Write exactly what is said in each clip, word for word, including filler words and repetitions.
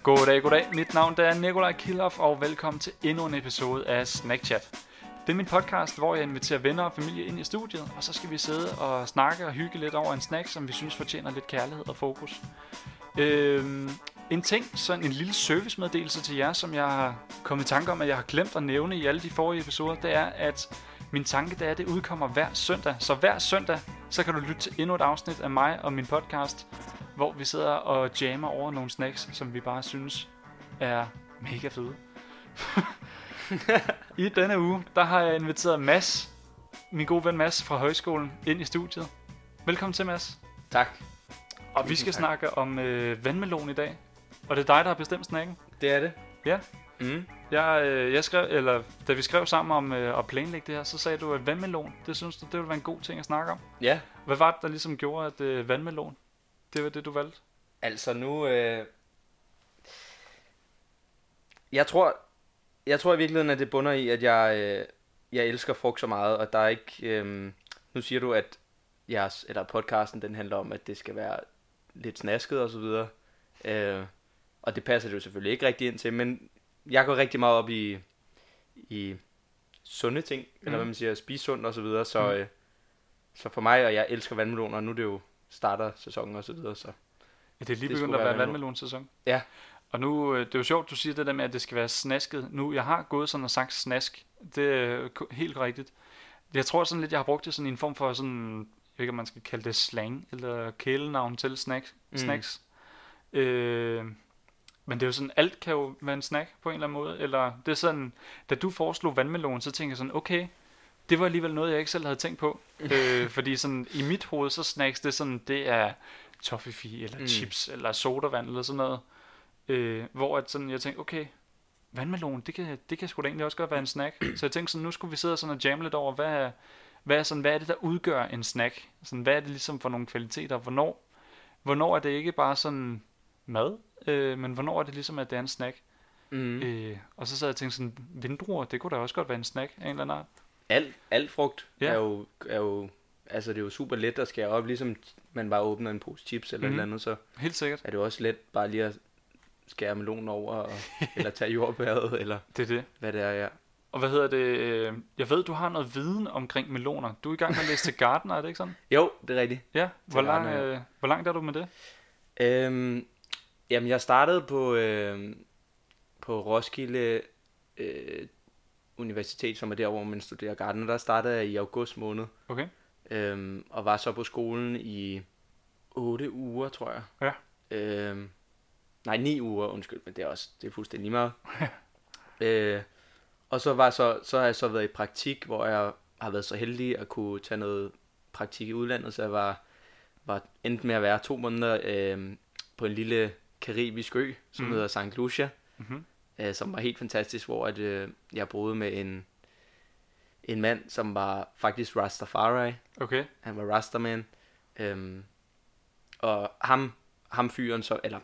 Goddag, goddag. Mit navn er Nikolaj Kilhoff, og velkommen til endnu en episode af Snack Chat. Det er min podcast, hvor jeg inviterer venner og familie ind i studiet, og så skal vi sidde og snakke og hygge lidt over en snack, som vi synes fortjener lidt kærlighed og fokus. Øhm, en ting, sådan en lille servicemeddelelse til jer, som jeg har kommet i tanke om, at jeg har glemt at nævne i alle de forrige episoder, det er, at min tanke det er, at det udkommer hver søndag. Så hver søndag, så kan du lytte til endnu et afsnit af mig og min podcast, hvor vi sidder og jammer over nogle snacks, som vi bare synes er mega fede. I denne uge, der har jeg inviteret Mads, min gode ven Mads fra højskolen, ind i studiet. Velkommen til, Mads. Tak. Og vi skal tak. snakke om øh, vandmelon i dag. Og det er dig, der har bestemt snacken. Det er det. Ja. Mm. Jeg, øh, jeg skrev, eller da vi skrev sammen om øh, at planlægge det her, så sagde du, at vandmelon, det synes du, det ville være en god ting at snakke om. Ja. Hvad var det, der ligesom gjorde, at øh, vandmelon, det var det, du valgte? Altså nu, øh... jeg tror, jeg tror i virkeligheden, at det bunder i, at jeg, øh, jeg elsker frugt så meget, og der er ikke, øh... nu siger du, at jeres, eller podcasten, den handler om, at det skal være lidt snasket og så videre, øh... og det passer det jo selvfølgelig ikke rigtig ind til, men jeg går rigtig meget op i, i sunde ting, mm. eller hvad man siger, spise sundt og så videre, så, mm. øh, så for mig, og jeg elsker vandmeloner, og nu er det jo starter sæsonen og så videre, så... Ja, det er lige det begyndt at være vandmelonsæson. Ja. Og nu, det er jo sjovt, du siger det der med, at det skal være snasket. Nu, jeg har gået sådan og sagt snask. Det er helt rigtigt. Jeg tror sådan lidt, jeg har brugt det sådan i en form for sådan, jeg ved ikke, om man skal kalde det slang, eller kælenavn til snack, mm. snacks. Øh, men det er jo sådan, alt kan jo være en snack på en eller anden måde. Eller det er sådan, da du foreslog vandmelon, så tænkte jeg sådan, okay, det var alligevel noget, jeg ikke selv havde tænkt på. øh, fordi sådan, i mit hoved, så snacks, det er sådan, det er toffifee, eller mm. chips, eller sodavand, eller sådan noget. Øh, hvor at sådan, jeg tænkte, okay, vandmelon, det kan, det kan sgu da egentlig også godt være en snack. Så jeg tænkte sådan, nu skulle vi sidde sådan og jamme lidt over, hvad er, hvad er, sådan, hvad er det, der udgør en snack? Sådan, hvad er det ligesom for nogle kvaliteter? Hvornår, hvornår er det ikke bare sådan mad, øh, men hvornår er det ligesom, at det er en snack? Mm. Øh, og så sad jeg og tænkte sådan, vindruer, det kunne da også godt være en snack af en eller anden art. Alt, alt frugt ja. er, jo, er jo, altså det er jo super let at skære op, ligesom man bare åbner en pose chips eller mm. et eller andet, så helt sikkert. Er det jo også let bare lige at skære melonen over, og, eller tage jordbæret, eller det er det. Hvad det er, ja. Og hvad hedder det, jeg ved, du har noget viden omkring meloner. Du er i gang med at læse til gartner, er det ikke sådan? Jo, det er rigtigt. Ja, hvor, lang, øh, hvor langt er du med det? Øhm, jamen, jeg startede på, øh, på Roskilde øh, Universitet, som er der, hvor man studerer gartner. Der startede jeg i august måned. Okay. Øhm, og var så på skolen i otte uger, tror jeg. Ja. Øhm, nej, ni uger, undskyld, men det er også det er fuldstændig meget. øh, og så, var så, så har jeg så været i praktik, hvor jeg har været så heldig at kunne tage noget praktik i udlandet, så jeg var, var endt med at være to måneder øh, på en lille karibisk ø, som mm. hedder Sankt Lucia, mm-hmm. øh, som var helt fantastisk, hvor at, øh, jeg boede med en en mand, som var faktisk Rastafari. Okay. Han var Rastaman. Øhm, og ham, ham fyren så, eller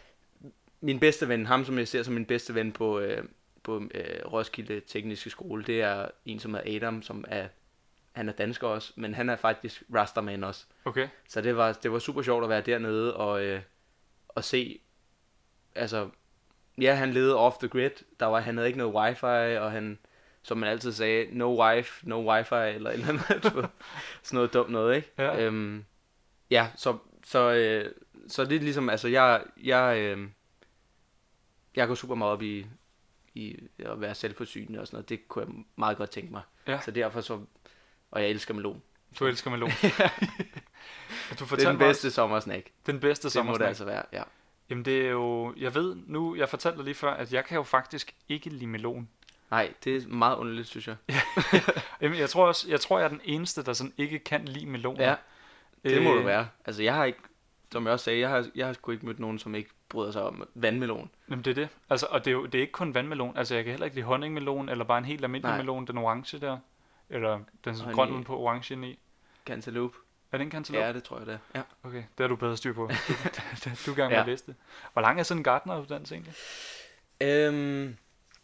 min bedste ven, ham som jeg ser som min bedste ven på, øh, på øh, Roskilde Tekniske Skole, det er en, som er Adam, som er, han er dansker også, men han er faktisk Rastaman også. Okay. Så det var, det var super sjovt at være dernede og, øh, og se, altså, ja, han levede off the grid, der var, han havde ikke noget wifi, og han, som man altid sagde, no wife, no wifi, eller et eller andet, sådan noget dumt noget, ikke? Ja, øhm, ja så, så, øh, så det er ligesom, altså, jeg, jeg, øh, jeg går super meget op i, i at være selvforsynende og sådan noget, det kunne jeg meget godt tænke mig. Ja. Så derfor så, og jeg elsker melon. Du elsker melon. Du det er den bedste også, sommersnack. Den bedste sommersnack. Det må det altså være, ja. Jamen det er jo, jeg ved nu, jeg fortalte dig lige før, at jeg kan jo faktisk ikke lide melon. Nej, det er meget underligt, synes jeg. Jamen, jeg tror også, jeg tror, jeg er den eneste, der sådan ikke kan lide meloner. Ja, det må øh, det være. Altså, jeg har ikke, som jeg også sagde, jeg har, jeg har sgu ikke mødt nogen, som ikke bryder sig om vandmelon. Jamen, det er det. Altså, og det er jo det er ikke kun vandmelon. Altså, jeg kan heller ikke lide honningmelon, eller bare en helt almindelig Nej. melon, den orange der. Eller den sådan grøn uden på orange i. Cantaloupe. Er det en cantaloupe? Ja, det tror jeg, det er. Ja. Okay, det har du bedre styr på. Du, du er i gang med ja. at læse det. Hvor lang er sådan en gartneruddannelse egentlig? Øhm...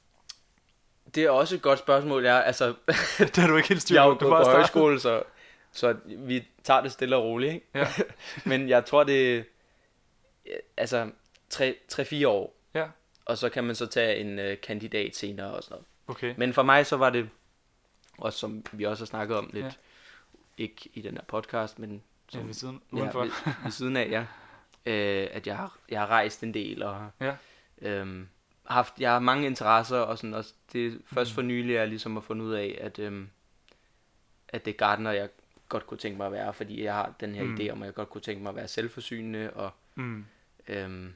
Det er også et godt spørgsmål. Jeg, altså, det har du ikke helt styr på. Jeg er jo på, på højskole, så, så vi tager det stille og roligt. Ikke? Ja. Men jeg tror, det er altså tre fire år. Ja. Og så kan man så tage en øh, kandidat senere og sådan noget. Okay. Men for mig så var det, også som vi også har snakket om lidt, ja. Ikke i den her podcast, men som, ja, ved siden, udenfor. Ja, ved, ved siden af, ja. Øh, at jeg har, jeg har rejst en del, og ja. øhm, haft, jeg har mange interesser, og sådan, og det er først for nylig, jeg ligesom har fundet ud af, at, øhm, at det er gartner, jeg godt kunne tænke mig at være, fordi jeg har den her mm. idé om, at jeg godt kunne tænke mig at være selvforsynende, og mm. øhm,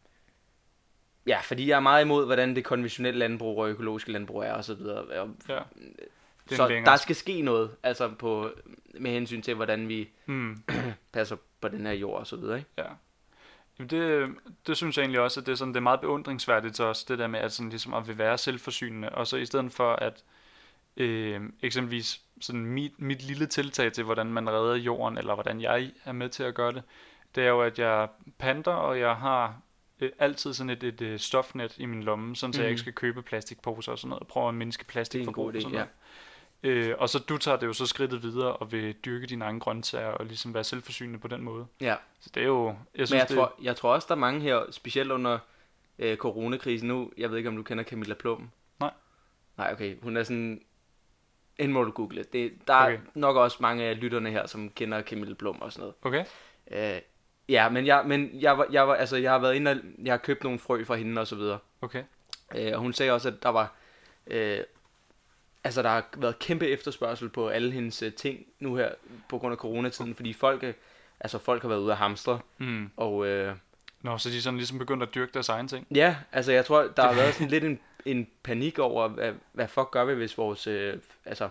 ja, fordi jeg er meget imod, hvordan det konventionelle landbrug og økologiske landbrug er, og så videre. Og, ja. Så der skal ske noget, altså på, med hensyn til, hvordan vi mm. passer på den her jord og så videre, ikke? Ja. Jamen det, det synes jeg egentlig også, at det er, sådan, det er meget beundringsværdigt til os, det der med at, sådan, ligesom at vil være selvforsynende, og så i stedet for at øh, eksempelvis sådan mit, mit lille tiltag til, hvordan man redder jorden, eller hvordan jeg er med til at gøre det, det er jo, at jeg panter, og jeg har øh, altid sådan et, et, et stofnet i min lomme, sådan, så mm. jeg ikke skal købe plastikposer og sådan noget, og prøve at mindske plastikforbrug og sådan noget. Ja. Øh, og så du tager det jo så skridtet videre og vil dyrke dine egne grøntsager og ligesom være selvforsynende på den måde. Ja. Så det er jo, jeg synes, men jeg, det... tror, jeg tror også, der er mange her, specielt under øh, coronakrisen nu, jeg ved ikke, om du kender Camilla Plum? Nej. Nej, okay, hun er sådan, en må du google. Det, der okay. er nok også mange af lytterne her, som kender Camilla Plum og sådan noget. Okay. Øh, ja, men jeg, men jeg, var, jeg, var, altså, jeg har været inde og, jeg har købt nogle frø fra hende og så videre. Okay. Øh, og hun sagde også, at der var... Øh, Altså, der har været kæmpe efterspørgsel på alle hendes uh, ting nu her på grund af coronatiden, fordi folk, altså folk har været ude at hamstre. Mm. Og, øh, Nå, så de er sådan ligesom begyndt at dyrke deres egen ting? Ja, altså jeg tror, der har været sådan lidt en, en panik over, hvad, hvad fuck gør vi, hvis vores, øh, altså,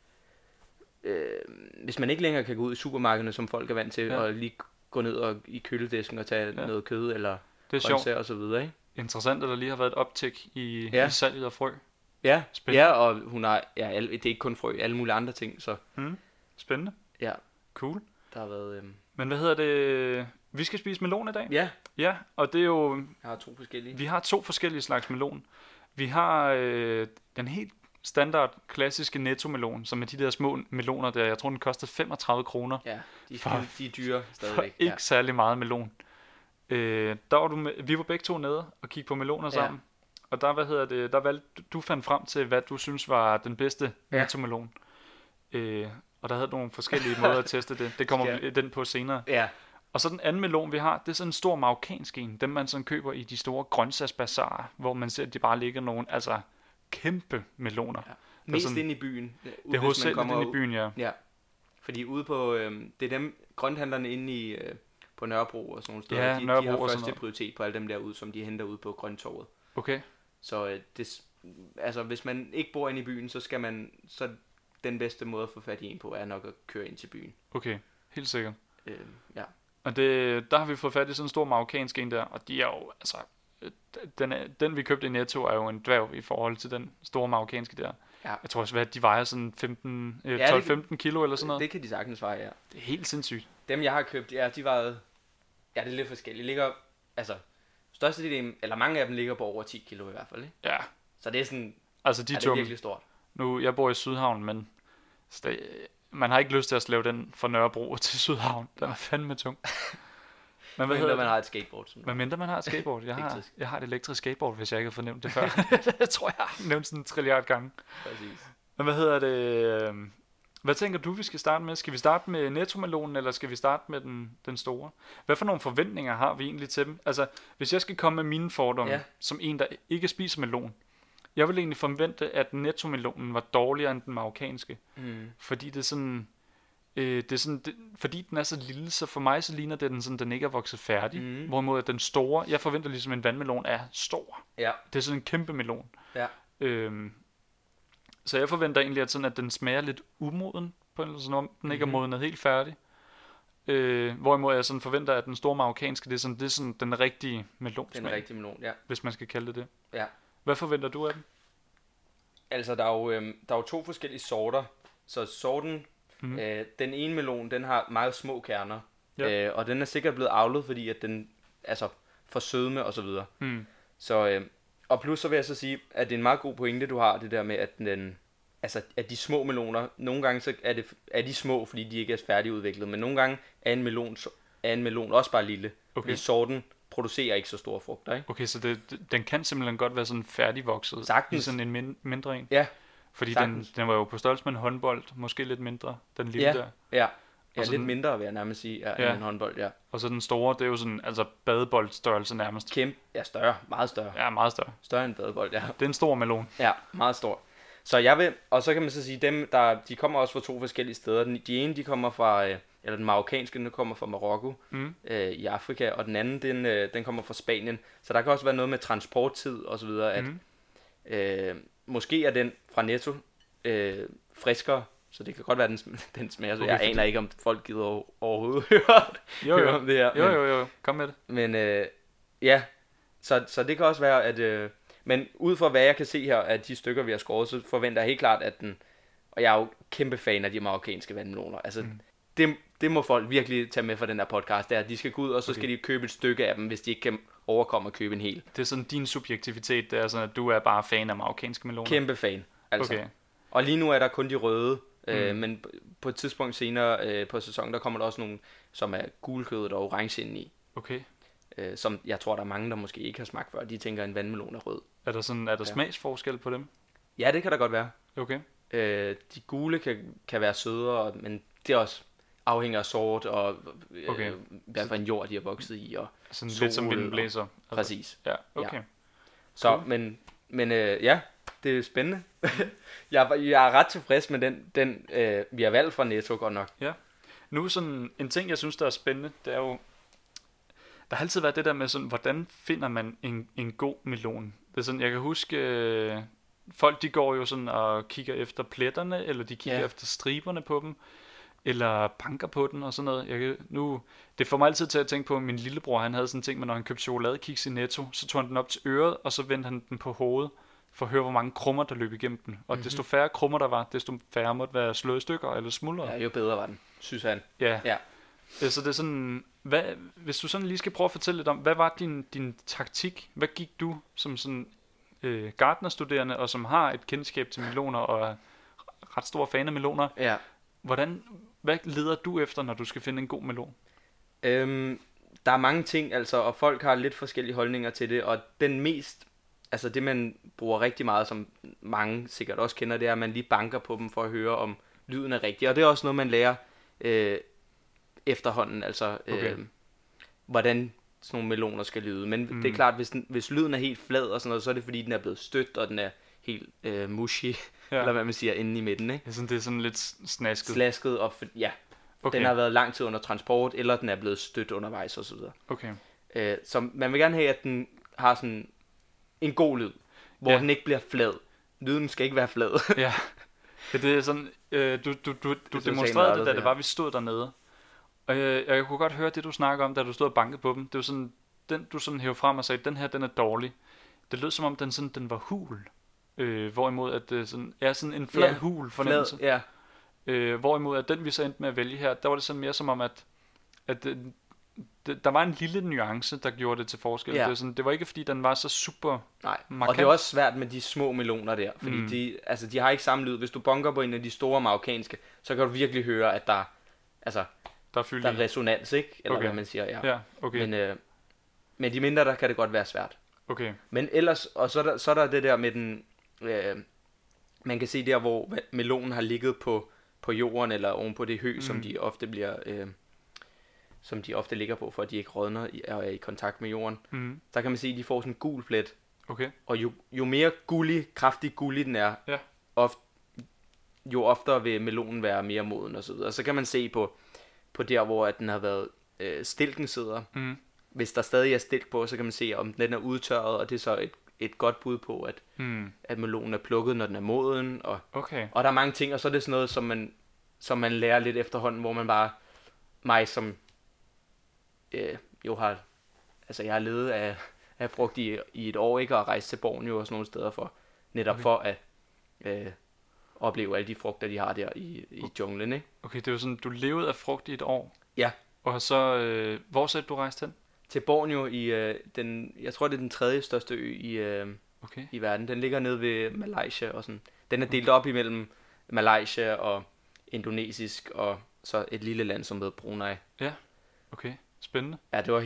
øh, hvis man ikke længere kan gå ud i supermarkederne, som folk er vant til, ja. Og lige gå ned og, i køledisken og tage ja. Noget kød eller grøntsager og så videre, ikke? Interessant, at der lige har været et optik i, ja. I salget af frø. Ja, ja, og hun har, ja, alle, det er ikke kun frø, alle mulige andre ting, så. Mm. Spændende. Ja. Cool. Der har været... Øhm... Men hvad hedder det? Vi skal spise melon i dag. Ja. Ja, og det er jo... Jeg har to forskellige. Vi har to forskellige slags melon. Vi har øh, den helt standard, klassiske netto-melon, som er de der små meloner der. Jeg tror, den koster femogtredive kroner. Ja, de er, for, de er dyre stadigvæk. For ikke ja. Særlig meget melon. Øh, der var du med, vi var begge to nede og kiggede på meloner sammen. Ja. Og der, hvad hedder det, der valgte, du fandt frem til, hvad du synes var den bedste ja. Netto-melon. Øh, og der havde nogle forskellige måder at teste det. Det kommer ja. Den på senere. Ja. Og så den anden melon, vi har, det er sådan en stor marokkansk en. Dem man sådan køber i de store grøntsagsbazarer, hvor man ser, at de bare ligger nogle, altså kæmpe meloner. Ja. Mest sådan, ind i byen. Det er hovedsageligt ind i byen, ja. Ja. Fordi ude på, øh, det er dem, grønthandlerne inde i, øh, på Nørrebro og sådan nogle steder, ja, de, Nørrebro de har første prioritet på alle dem derude, som de henter ud på Grøntorvet. Okay. Så øh, det, altså hvis man ikke bor inde i byen, så skal man, så den bedste måde at få fat i en på er nok at køre ind til byen. Okay, helt sikkert. Øh, ja. Og det, der har vi fået fat i sådan en stor marokkansk en der, og de er jo, altså, den, er, den vi købte i Netto er jo en dværg i forhold til den store marokkanske der. Ja. Jeg tror også, at de vejer sådan femten, øh, tolv femten kilo eller sådan noget. Det kan de sagtens veje, ja. Det er helt sindssygt. Dem jeg har købt, ja, de vejede, ja, det er lidt forskelligt. De ligger, altså, størstedelen, eller mange af dem ligger på over ti kilo i hvert fald, ikke? Ja. Så det er sådan, altså de ja, det er virkelig stort. Nu, jeg bor i Sydhavn, men det, man har ikke lyst til at slæve den fra Nørrebro til Sydhavn. Den er fandme tung. Men hvad mindre man har et skateboard. Men mindre man har et skateboard. Jeg har, jeg har et elektrisk skateboard, hvis jeg ikke har fornemt det før. Det tror jeg, jeg har nævnt sådan en trilliard gange. Præcis. Men hvad hedder det? Hvad tænker du, vi skal starte med? Skal vi starte med nettomelonen, eller skal vi starte med den, den store? Hvad for nogle forventninger har vi egentlig til dem? Altså, hvis jeg skal komme med mine fordomme, ja. Som en, der ikke spiser melon, jeg vil egentlig forvente, at nettomelonen var dårligere end den marokkanske. Mm. Fordi det er sådan... Øh, det er sådan, det, fordi den er så lille, så for mig så ligner det, den sådan, den ikke er vokset færdig. Mm. Hvorimod den store, jeg forventer ligesom en vandmelon er stor. Ja. Det er sådan en kæmpe melon. Ja. Øhm, så jeg forventer egentlig, at, sådan, at den smager lidt umoden, på en, sådan, om den mm-hmm. ikke er modnet helt færdig. Øh, hvorimod jeg sådan forventer, at den store marokkanske, det er sådan, det er sådan den rigtige melonsmag. Den rigtige melon, ja. Hvis man skal kalde det det. Ja. Hvad forventer du af den? Altså, der er jo, øh, der er jo to forskellige sorter. Så sorten, mm-hmm. øh, den ene melon, den har meget små kerner. Ja. Øh, og den er sikkert blevet avlet, fordi at den, altså, får sødme og så videre. Mm. Så, øh, og plus så vil jeg så sige, at det er en meget god pointe, du har, det der med, at den, altså, at de små meloner, nogle gange så er, det, er de små, fordi de ikke er færdigudviklet, men nogle gange er en melon, er en melon også bare lille, okay. Fordi sorten producerer ikke så store frugter, ikke? Okay, så det, den kan simpelthen godt være sådan færdigvokset. Sagtens. I sådan en min, mindre en. Ja. Fordi den, den var jo på størrelse med en håndbold, måske lidt mindre, den lille ja, der. Ja, ja, lidt den, mindre vil jeg nærmest sige, ja, ja. end en håndbold, ja. Og så den store, det er jo sådan, altså badeboldstørrelse nærmest. Kæmpe, ja, større, meget større. Ja, meget større. Større end badebold, ja. Det er en stor melon. Ja, meget stor. Så jeg vil, og så kan man så sige, dem der, de kommer også fra to forskellige steder. De ene, de kommer fra, eller den marokkanske, den kommer fra Marokko mm. øh, i Afrika, og den anden, den, øh, den kommer fra Spanien. Så der kan også være noget med transporttid og så videre, at mm. øh, måske er den fra Netto øh, friskere, så det kan godt være, den, den smager. Så okay, jeg aner ikke, om folk gider overhovedet høre, jo, jo. høre om det her. Jo, jo, jo, kom med det. Men øh, ja, så, så det kan også være, at... Øh, men ud fra hvad jeg kan se her af de stykker, vi har skåret, så forventer jeg helt klart, at den... Og jeg er jo kæmpe fan af de marokkanske vandmeloner. Altså, mm. det, det må folk virkelig tage med fra den her podcast, det er, at de skal gå ud, og så okay. skal de købe et stykke af dem, hvis de ikke kan overkomme at købe en hel. Det er sådan din subjektivitet, det er sådan, at du er bare fan af marokkanske meloner. Kæmpe fan, altså. Okay. Og lige nu er der kun de røde, mm. øh, men på et tidspunkt senere øh, på sæsonen, der kommer der også nogle, som er gulkødet og orange indeni. Okay. Øh, som jeg tror, der er mange, der måske ikke har smagt før. De tænker, en vandmelon er rød. Er der, sådan, er der ja. smagsforskel på dem? Ja, det kan der godt være. Okay. Øh, de gule kan, kan være sødere, men det er også afhænger af sort, og øh, okay. hvad for en jord, de har vokset i. Og sådan lidt som vinden blæser. Og, præcis. Ja, okay. Ja. Så, cool. men, men øh, ja, det er spændende. jeg, jeg er ret tilfreds med den, den øh, vi har valgt fra Netto godt nok. Ja. Nu sådan en ting, jeg synes, der er spændende, det er jo, der har altid været det der med sådan, hvordan finder man en, en god melon? Det er sådan, jeg kan huske, øh, folk de går jo sådan og kigger efter pletterne, eller de kigger ja. efter striberne på dem, eller banker på den og sådan noget. Jeg kan, nu, det får mig altid til at tænke på, at min lillebror, han havde sådan en ting med, når han købte chokoladekiks i Netto, så tog han den op til øret, og så vendte han den på hovedet, for at høre, hvor mange krummer, der løb igennem den. Og mm-hmm. desto færre krummer, der var, desto færre måtte være slået i stykker eller smuldret. Ja, jo bedre var den, synes han. Ja. ja. Så det er sådan, hvad, hvis du sådan lige skal prøve at fortælle lidt om, hvad var din, din taktik? Hvad gik du som sådan øh, gartnerstuderende, og som har et kendskab til meloner, og er ret stor fan af meloner? Ja. Hvordan, hvad leder du efter, når du skal finde en god melon? Øhm, der er mange ting, altså, og folk har lidt forskellige holdninger til det, og den mest, altså det man bruger rigtig meget, som mange sikkert også kender, det er, at man lige banker på dem for at høre, om lyden er rigtig, og det er også noget, man lærer øh, efterhånden, altså okay. øh, hvordan sådan nogle meloner skal lyde. Men mm. det er klart, hvis, den, hvis lyden er helt flad og sådan noget, så er det fordi, den er blevet stødt, og den er helt øh, mushy, ja. eller hvad man siger, inde i midten, ikke? Ja, sådan, det er sådan lidt snasket. Slasket, og for, ja, okay. Den har været lang tid under transport, eller den er blevet stødt undervejs og så videre. Okay. Øh, så man vil gerne have, at den har sådan en god lyd, hvor ja. den ikke bliver flad. Lyden skal ikke være flad. ja. Det er sådan, øh, du, du, du, du demonstrerede det, da det var, vi stod dernede. Og jeg, jeg kunne godt høre det, du snakker om, da du stod og bankede på dem. Det var sådan, den du sådan hævde frem og sagde, den her, den er dårlig. Det lød som om, den sådan, den var hul. Øh, hvorimod, at det sådan, er sådan en flad ja, hul fornemmelse. Flad, ja. Øh, hvorimod, at den vi så endte med at vælge her, der var det sådan mere som om, at, at det, det, der var en lille nuance, der gjorde det til forskel. Ja. Det, var sådan, det var ikke, fordi den var så super Nej, markant. Og det er også svært med de små meloner der, fordi mm. de, altså, de har ikke samme lyd. Hvis du bunker på en af de store marokkanske, så kan du virkelig høre, at der, altså, der er, der er resonans, ikke? Eller okay. hvad man siger, ja. ja okay. Men, øh, men de mindre, der kan det godt være svært. Okay. Men ellers, og så er der, så er der det der med den, øh, man kan se der, hvor melonen har ligget på, på jorden, eller oven på det hø, mm. som de ofte bliver, øh, som de ofte ligger på, for at de ikke rådner og er i kontakt med jorden. Mm. Der kan man se, at de får sådan en gul plet. Okay. Og jo, jo mere gullig, kraftig gullig den er, ja. oft, jo oftere vil melonen være mere moden og så videre. Og så kan man se på, på der, hvor at den har været, øh, stilken sidder. Mm. Hvis der stadig er stilk på, så kan man se, om den er udtørret, og det er så et, et godt bud på, at, mm. at melonen er plukket, når den er moden. Og, okay. og der er mange ting, og så er det sådan noget, som man, som man lærer lidt efterhånden, hvor man bare, mig som øh, jo har, altså jeg har levet af, af brugt i, i et år, ikke, og rejst til Borneo og sådan nogle steder for, netop okay. for at øh, opleve alle de frugter, de har der i, i junglen, ikke? Okay, det er jo sådan, du levede af frugt i et år? Ja. Og så, øh, hvor så du rejst hen? Til Borneo i øh, den, jeg tror det er den tredje største ø i, øh, okay. i verden. Den ligger nede ved Malaysia og sådan. Den er delt okay. op imellem Malaysia og indonesisk og så et lille land som hedder Brunei. Ja, okay. Spændende. Ja, det var helt,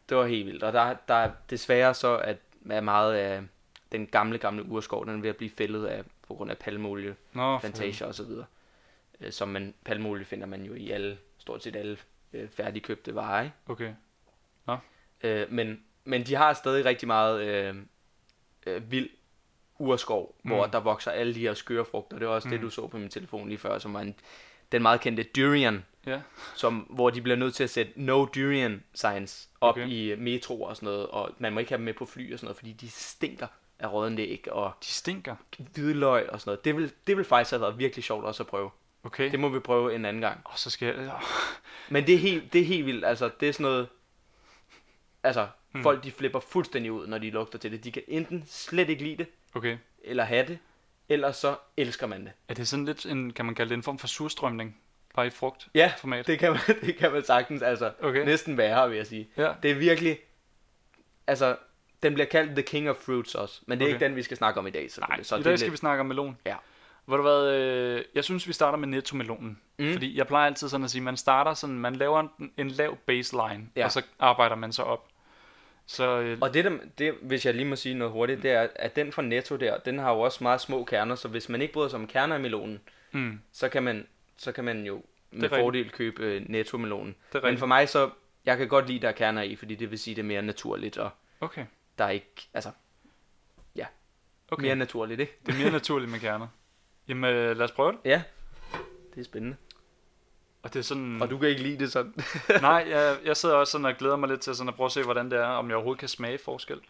Det var helt vildt. Og der, der er desværre så, at er meget af den gamle, gamle urskov, den er ved at blive fældet af, på grund af palmeolie, Nå, plantager og så videre. Øh, som man, palmeolie finder man jo i alle, stort set alle øh, færdigkøbte varer, ikke? Okay. Nå. Øh, men, men de har stadig rigtig meget øh, øh, vild urskov, mm. hvor der vokser alle de her skøre frugter. Det var også mm. det, du så på min telefon lige før, som var en, den meget kendte durian, yeah. som, hvor de bliver nødt til at sætte no durian signs op okay. i metro og sådan noget, og man må ikke have dem med på fly og sådan noget, fordi de stinker af rådden æg og de stinker hvidløg og sådan noget. Det vil, det vil faktisk have været virkelig sjovt også at prøve. Okay. Det må vi prøve en anden gang. Og så skal jeg... Oh. Men det er helt, det er helt vildt, altså det er sådan noget, altså hmm. folk de flipper fuldstændig ud, når de lugter til det. De kan enten slet ikke lide det, okay. eller have det, eller så elsker man det. Er det sådan lidt en, kan man kalde det en form for surstrømning? Bare i frugt? Ja, format. Det kan man, det kan man sagtens, altså okay. næsten være, vil jeg sige. Ja. Det er virkelig, altså, den bliver kaldt The King of Fruits også, men det er okay. ikke den, vi skal snakke om i dag. Nej, så i dag skal lidt... vi snakke om melon. Ja. Ved du hvad, øh, jeg synes vi starter med netto-melonen, mm. fordi jeg plejer altid sådan at sige, man starter sådan, man laver en, en lav baseline, ja. og så arbejder man så op. Så, øh... Og det, der, det, hvis jeg lige må sige noget hurtigt, det er, at den fra Netto der, den har jo også meget små kerner, så hvis man ikke bryder sig om kerner i melonen, mm. så, kan man, så kan man jo med fordel købe øh, Netto-melonen. Men for mig så, jeg kan godt lide, der er kerner i, fordi det vil sige, det er mere naturligt, og okay. der er ikke, altså, ja, okay. mere naturligt, ikke? Det er mere naturligt med kerner. Jamen, øh, lad os prøve det. Ja, det er spændende. Og det er sådan... Og du kan ikke lide det sådan? Nej, jeg, jeg sidder også sådan og glæder mig lidt til sådan at prøve at se, hvordan det er, om jeg overhovedet kan smage forskel.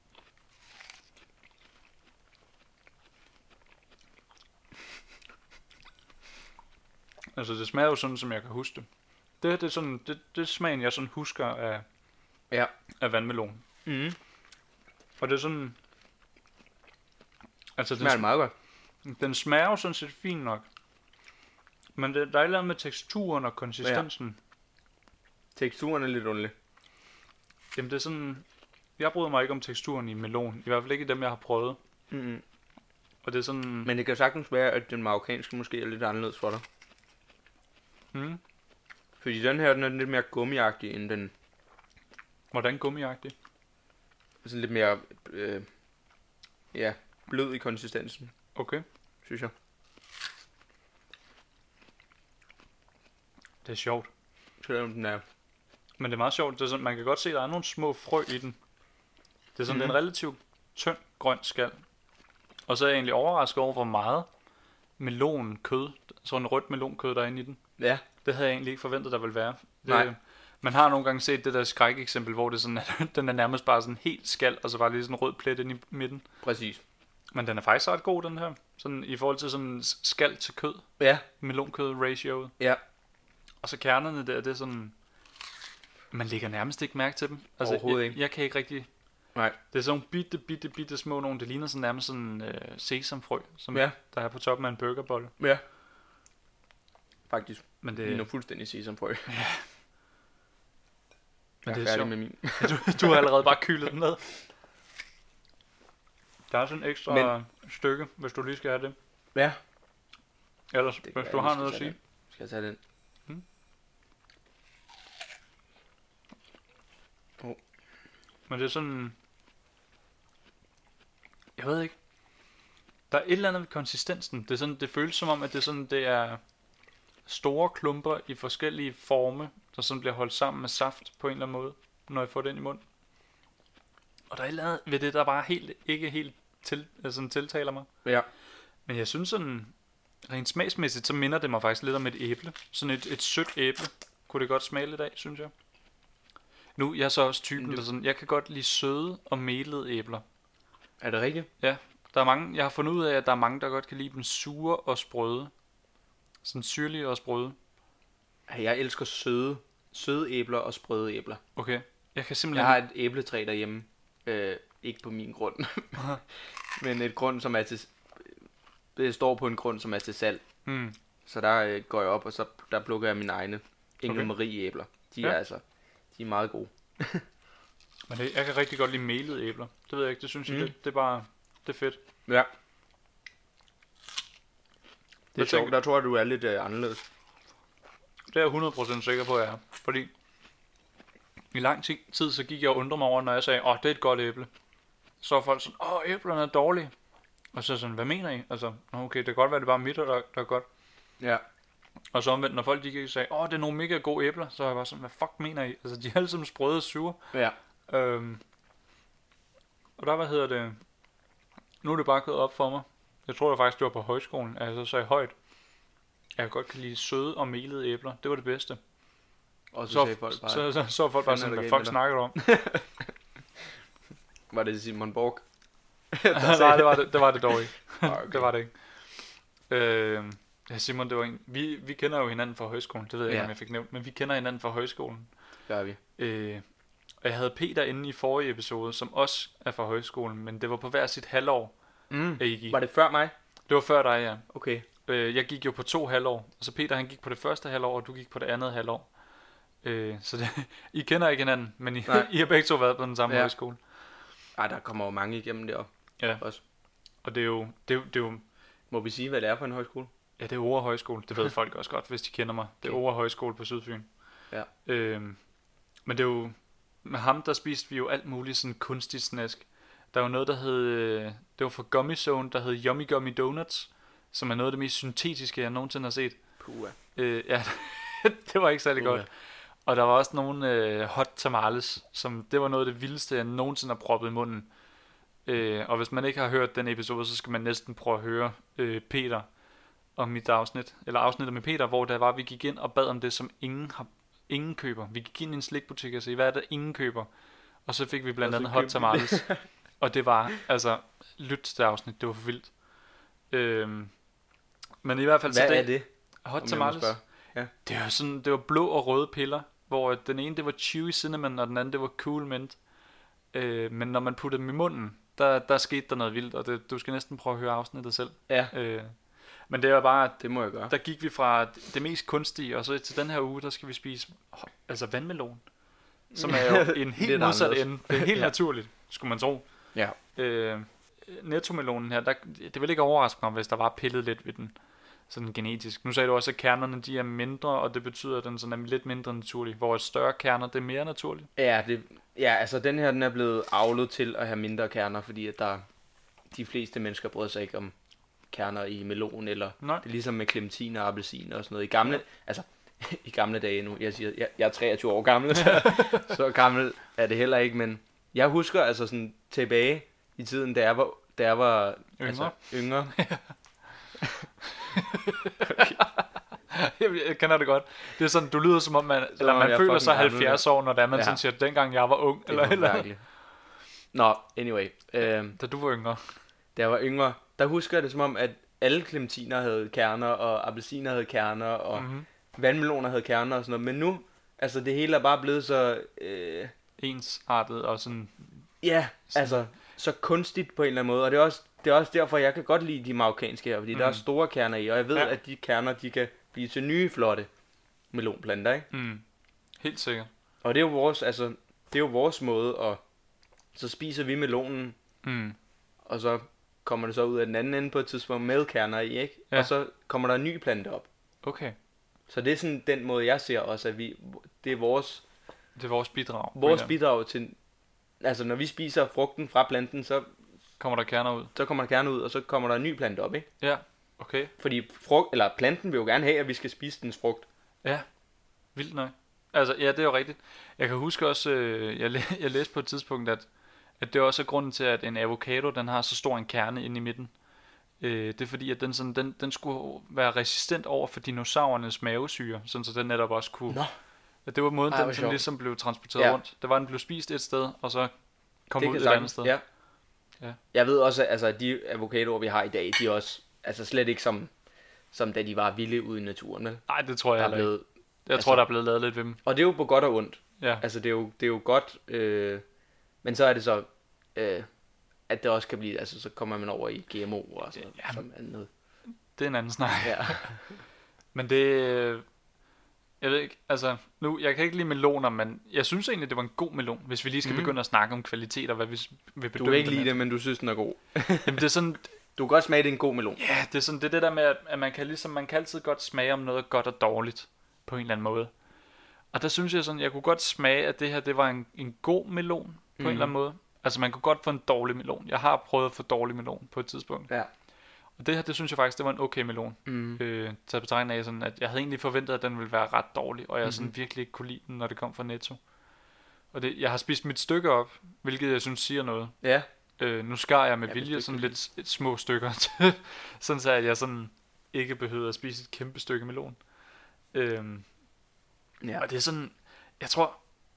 Altså, det smager jo sådan, som jeg kan huske det. Det her, det er sådan, det, det er smagen, jeg sådan husker af, ja. af vandmelon. Mhm. Og det er sådan... Altså, det smager det meget godt. Den smager jo sådan set fint nok. Men det, der er et eller andet med teksturen og konsistensen. Ja. Teksturen er lidt underlig. Jamen det er sådan... Jeg bryder mig ikke om teksturen i melon. I hvert fald ikke dem, jeg har prøvet. Mm-hmm. Og det er sådan... Men det kan sagtens være, at den marokkanske måske er lidt anderledes for dig. Mm. Fordi den her, den er lidt mere gummiagtig end den... Hvordan gummiagtig? Sådan lidt mere... Øh, ja, blød i konsistensen. Okay. Synes jeg. Det er sjovt. Selvom den er... Men det er meget sjovt. Det er sådan, man kan godt se, at der er nogle små frø i den. Det er sådan, mm. det er en relativt tynd grøn skal. Og så er jeg egentlig overrasket over, hvor meget melonkød, sådan rødt melonkød, der er inde i den. Ja. Det havde jeg egentlig ikke forventet, der ville være. Det, Nej. Man har nogle gange set det der skrækeksempel, hvor det er sådan, at den er nærmest bare sådan helt skal, og så bare lige sådan en rød plet inde i midten. Præcis. Men den er faktisk ret god, den her. Sådan i forhold til sådan skal til kød. Ja. Melonkød ratioet. Ja. Og så kernerne der, det er sådan... Man lægger nærmest ikke mærke til dem. Altså, Overhovedet jeg, ikke. jeg kan ikke rigtig... Nej. Det er sådan nogle bitte, bitte, bitte små nogle. Det ligner sådan nærmest sådan øh, sesamfrø, som ja. der er på toppen af en burgerbolle. Ja. Faktisk. Men det ligner fuldstændig sesamfrø. Ja. Men det er sjovt med min. du, du har allerede bare kylet den ned. Der er sådan et ekstra Men... stykke, hvis du lige skal have det. Ja. Ellers, det hvis du har noget at sige. Den. Skal jeg tage den? Hmm? Oh. Men det er sådan... Jeg ved ikke. Der er et eller andet ved konsistensen. Det er sådan, det føles som om, at det er sådan, det er store klumper i forskellige forme, der sådan bliver holdt sammen med saft på en eller anden måde, når jeg får det ind i munden. Og der er et eller andet ved det, der bare helt, ikke helt til, altså tiltaler mig. Ja. Men jeg synes sådan, rent smagsmæssigt, så minder det mig faktisk lidt om et æble. Sådan et, et sødt æble. Kunne det godt smage lidt af, synes jeg. Nu, jeg er så også typen, der sådan, jeg kan godt lide søde og melede æbler. Er det rigtigt? Ja. Der er mange, jeg har fundet ud af, at der er mange, der godt kan lide dem sure og sprøde. Sådan syrlige og sprøde. Jeg elsker søde, søde æbler og sprøde æbler. Okay. Jeg kan simpelthen... Jeg har et æbletræ derhjemme. Øh, ikke på min grund. Men et grund, som er til... Det står på en grund, som er til salg. Hmm. Så der øh, går jeg op, og så der plukker jeg mine egne Engel Marie æbler. De ja. er altså... De er meget gode. Men det, jeg kan rigtig godt lide melede æbler. Det ved jeg ikke, det synes mm. jeg, det, det er bare... Det er fedt. Ja. Det er sjovt, der tror jeg, du er lidt øh, anderledes. Det er jeg hundrede procent sikker på, at jeg er. Fordi i lang tid, så gik jeg og undrede mig over, når jeg sagde, åh, det er et godt æble. Så var folk sådan, åh, æblerne er dårlige. Og så sådan, hvad mener I? Altså, okay, det kan godt være, det er bare mit, der, der er godt. Ja. Og så omvendt, når folk de gik og sagde, åh, det er nogle mega gode æbler, så var jeg bare sådan, hvad fuck mener I? Altså, de er alle sammen sprøde og sure. Ja. Øhm, og der, hvad hedder det, nu er det bare gået op for mig. Jeg tror da faktisk, det var på højskolen, at jeg så sagde højt, jeg godt kan lide søde og melede æbler. Det var det bedste. Og så, så sagde folk bare, så, så, så, så folk bare sådan, hvad fuck snakker du om? Var det Simon Borg? Nej, det var det, det var det dog ikke. Okay. Det var det ikke. Øh, ja, Simon, det var en, vi, vi kender jo hinanden fra højskolen. Det ved jeg ikke, ja. om jeg fik nævnt. Men vi kender hinanden fra højskolen. Det gør vi. Øh, og jeg havde Peter inde i forrige episode, som også er fra højskolen. Men det var på hver sit halvår, mm. at I gik. Var det før mig? Det var før dig, ja. Okay. Øh, jeg gik jo på to halvår. Og så Peter, han gik på det første halvår, og du gik på det andet halvår. Øh, så det, I kender ikke hinanden, men I, I har begge to været på den samme ja. højskole. Ej, der kommer jo mange igennem det op. Ja. Også. Og det er jo, det er, det er jo... Må vi sige, hvad det er for en højskole? Ja, det er Ore Højskole. Det ved folk også godt, hvis de kender mig. Det er okay. Ore Højskole på Sydfyn. Ja. Øhm, men det er jo... Med ham, der spiste vi jo alt muligt sådan kunstigt snask. Der var noget, der hed... Det var fra Gummy Zone, der hed Yummy Gummy Donuts. Som er noget af det mest syntetiske, jeg nogensinde har set. Puh. Øh, ja, det var ikke særlig Puh. godt. Og der var også nogle øh, hot tamales, som det var noget af det vildeste, jeg nogensinde har proppet i munden. Øh, og hvis man ikke har hørt den episode, så skal man næsten prøve at høre øh, Peter om mit afsnit, eller afsnittet med Peter, hvor der var, vi gik ind og bad om det, som ingen har, ingen køber. Vi gik ind i en slikbutik og sagde, hvad er det, ingen køber? Og så fik vi blandt andet hot tamales. Og det var, altså, lyt til det afsnit, det var for vildt. Øh, men i hvert fald... Hvad så det, er det? Hot tamales? Ja. Det var sådan, det var blå og røde piller, hvor den ene, det var chewy cinnamon, og den anden, det var cool mint. Øh, men når man puttede dem i munden, der, der skete der noget vildt, og det, du skal næsten prøve at høre afsnittet selv. Ja. Øh, men det var bare, det må jeg gøre. Der gik vi fra det mest kunstige, og så til den her uge, der skal vi spise altså vandmelon, som er jo en helt modsat ende. Det er helt ja. naturligt, skulle man tro. Ja. Øh, Nettomelonen her, der, det ville ikke overraske mig, hvis der var pillet lidt ved den, sådan genetisk. Nu sagde du også, at kernerne de er mindre, og det betyder, at den sådan er lidt mindre naturlig, hvor et større kerner, det er mere naturligt. Ja, det, ja, altså den her, den er blevet avlet til at have mindre kerner, fordi at der, de fleste mennesker bryder sig ikke om kerner i melon, eller Nej. Det er ligesom med clementin og appelsin og sådan noget. I gamle, ja. altså i gamle dage nu, jeg siger, jeg, jeg er treogtyve år gammel, så, så gammel er det heller ikke, men jeg husker altså sådan tilbage i tiden, da jeg var, da jeg var yngre. Altså, yngre. Okay. Jeg kender det godt. Det er sådan, du lyder som om man, eller man føler sig halvfjerds år, når det er, man ja. sådan siger, dengang jeg var ung. Det eller, eller. Nå, anyway. Øhm, da du var yngre. Da jeg var yngre, der husker jeg det som om, at alle clementiner havde kerner, og appelsiner havde kerner, og mm-hmm. vandmeloner havde kerner og sådan noget. Men nu, altså det hele er bare blevet så... Øh, ensartet og sådan... Ja, sådan. Altså så kunstigt på en eller anden måde, og det er også, det er også derfor, jeg kan godt lide de marokkanske her, fordi mm. der er store kerner i, og jeg ved, ja. at de kerner, de kan blive til nye, flotte melonplanter, ikke? Mm. Helt sikkert. Og det er jo vores, altså, det er jo vores måde, og så spiser vi melonen, mm. og så kommer det så ud af den anden ende på et tidspunkt med kerner i, ikke? Ja. Og så kommer der en ny plante op. Okay. Så det er sådan den måde, jeg ser også, at vi, det er vores... Det er vores bidrag. Vores bidrag til... Altså, når vi spiser frugten fra planten, så... Kommer der kerner ud. Så kommer der kerner ud, og så kommer der en ny plante op, ikke? Ja, okay. Fordi frugt, eller planten vil jo gerne have, at vi skal spise dens frugt. Ja, vildt nok. Altså, ja, det er jo rigtigt. Jeg kan huske også, øh, jeg, læ- jeg læste på et tidspunkt, at, at det også er grunden til, at en avocado, den har så stor en kerne inde i midten. Øh, det er fordi, at den, sådan, den, den skulle være resistent over for dinosaurernes mavesyre, sådan så den netop også kunne... Nå. At det var måden, Ej, den sådan ligesom blev transporteret ja. rundt. Det var, den blev spist et sted, og så kom ud et sagtens. andet sted. Ja. Ja. Jeg ved også, altså, at de avocadoer, vi har i dag, de er også altså, slet ikke som, som da de var vilde ude i naturen. Vel? Nej, det tror jeg heller blevet, ikke. Jeg altså, tror, der er blevet lavet lidt ved dem. Og det er jo på godt og ondt. Ja. Altså, det er jo, det er jo godt, øh, men så er det så, øh, at det også kan blive, altså, så kommer man over i G M O og sådan ja, som andet. Det er en anden snak. Ja. Men det... Jeg ved ikke, altså, nu, jeg kan ikke lide meloner, men jeg synes egentlig, det var en god melon, hvis vi lige skal mm. begynde at snakke om kvalitet og hvad vi vil bedømme. Du kan ikke lide det, men du synes, den er god. Jamen, det er sådan... Du kan godt smage, det er en god melon. Ja, det er sådan, det er det der med, at man kan ligesom, man kan altid godt smage om noget godt og dårligt, på en eller anden måde. Og der synes jeg sådan, jeg kunne godt smage, at det her, det var en, en god melon på mm. en eller anden måde. Altså man kunne godt få en dårlig melon. Jeg har prøvet at få dårlig melon på et tidspunkt. Ja. Og det her, det synes jeg faktisk, det var en okay melon. Mm. Øh, taget betegnet af sådan, at jeg havde egentlig forventet, at den ville være ret dårlig. Og jeg mm. sådan virkelig ikke kunne lide den, når det kom fra Netto. Og det, jeg har spist mit stykke op, hvilket jeg synes siger noget. Ja. Øh, nu skar jeg med ja, vilje sådan lidt et små stykker. Sådan så, at jeg sådan ikke behøvede at spise et kæmpe stykke melon. Øh, ja. Og det er sådan, jeg tror,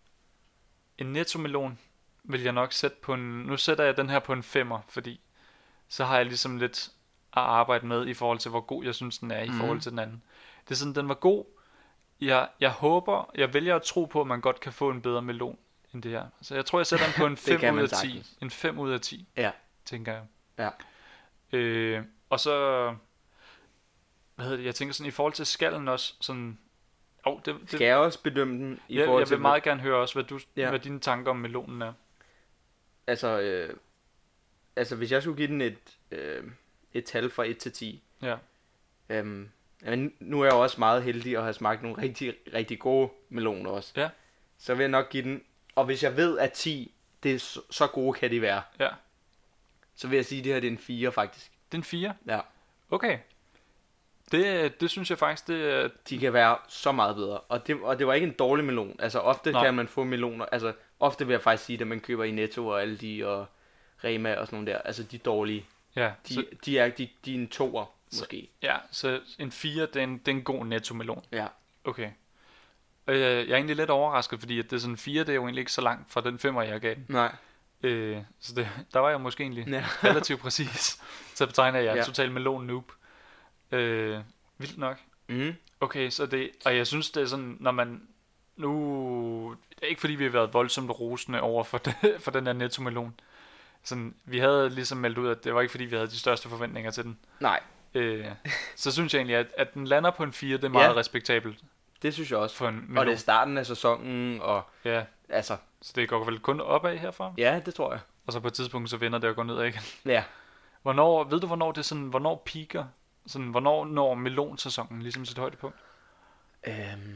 en Netto-melon vil jeg nok sætte på en, nu sætter jeg den her på en femmer, fordi så har jeg ligesom lidt at arbejde med i forhold til, hvor god jeg synes, den er i mm. forhold til den anden. Det er sådan, den var god. Jeg, jeg håber, jeg vælger at tro på, at man godt kan få en bedre melon end det her. Så jeg tror, jeg sætter den på en fem ud af ti. En fem ud af ti, ja. Tænker jeg. Ja. Øh, og så, hvad hedder det, jeg tænker sådan, i forhold til skallen også, sådan, oh, det, det, skal jeg også bedømme den i ja, forhold jeg til... Jeg vil meget gerne høre også, hvad, du, ja. hvad dine tanker om melonen er. Altså, øh, altså hvis jeg skulle give den et, øh, et tal fra et til ti, ja. øhm, men nu er jeg også meget heldig at have smagt nogle rigtig, rigtig gode meloner også. Ja. Så vil jeg nok give den, og hvis jeg ved, at ti, det er så, så gode kan de være, ja. så vil jeg sige, at det her det er en fire faktisk. Det er en fire? Ja. Okay. Det, det synes jeg faktisk, det de kan være så meget bedre. Og det, og det var ikke en dårlig melon. Altså ofte Nej. kan man få meloner. Altså ofte vil jeg faktisk sige, at man køber i Netto og alle de og Rema og sådan nogle der. Altså de dårlige. Ja. De, så, de er de, de er en toer måske. Så, ja, så en fire, det er en, det er en god Netto-melon. Ja. Okay. Og jeg, jeg er egentlig lidt overrasket, fordi at det er sådan fire, det er jo egentlig ikke så langt fra den femmer, jeg gav den. Nej. Øh, så det, der var jeg måske egentlig ja. relativt præcis. Så betegner jeg ja. total melon noob. Øh, vildt nok. Mm. Okay, så det, og jeg synes det er sådan, når man nu, det er ikke fordi vi har været voldsomt rosende over for, det, for den der Netto-melon. Sådan, vi havde ligesom meldt ud, at det var ikke fordi vi havde de største forventninger til den. Nej. Øh, så synes jeg egentlig, at, at den lander på en fire, det er meget ja. respektabelt. Det synes jeg også. For en og det er starten af sæsonen, og ja. altså. Så det går vel kun opad herfra? Ja, det tror jeg. Og så på et tidspunkt, så vender det og går nedad igen. Ja. Hvornår, ved du hvornår det sådan, hvornår peaker? Sådan, hvornår når melonsæsonen ligesom sit højdepunkt? Øhm,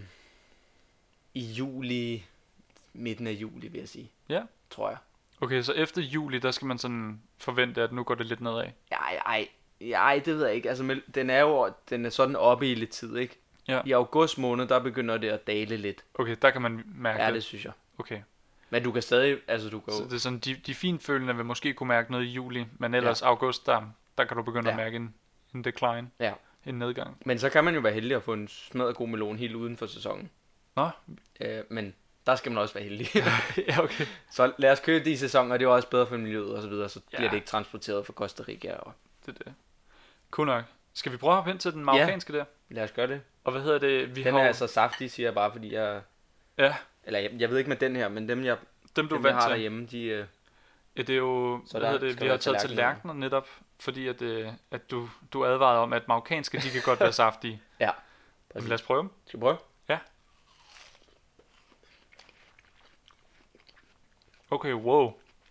I juli, midten af juli vil jeg sige. Ja. Tror jeg. Okay, så efter juli, der skal man sådan forvente, at nu går det lidt nedad. Ej, ej, ej, det ved jeg ikke. Altså, den er jo den er sådan oppe i lidt tid, ikke? Ja. I august måned, der begynder det at dale lidt. Okay, der kan man mærke ja, det. det synes jeg. Okay. Men du kan stadig, altså du kan så det er sådan, de, de finfølende vil måske kunne mærke noget i juli, men ellers ja. august, der, der kan du begynde ja. at mærke en, en decline. Ja. En nedgang. Men så kan man jo være heldig at få en smadret god melon helt uden for sæsonen. Nå. Øh, men der skal man også være heldig. ja, okay. Så lad os købe de i sæsonen, og det er også bedre for miljøet og så videre, så ja. bliver det ikke transporteret fra Costa Rica. Og... Det er det. Cool nok. Skal vi prøve at hoppe hen til den marokkanske ja. der? Lad os gøre det. Og hvad hedder det? Vi den har... er altså saftig, siger jeg bare, fordi jeg... Ja. Eller jeg, jeg ved ikke med den her, men dem jeg, dem, du dem, jeg har til. derhjemme, de... Øh... Ja, det er jo... Så hvad hedder det? Vi har taget til Lærkner netop, fordi at, øh, at du, du advarede om, at marokkanske, de kan godt være saftige. ja. Præcis. Lad os prøve dem. Skal vi prøve? Ja. Okay, wow.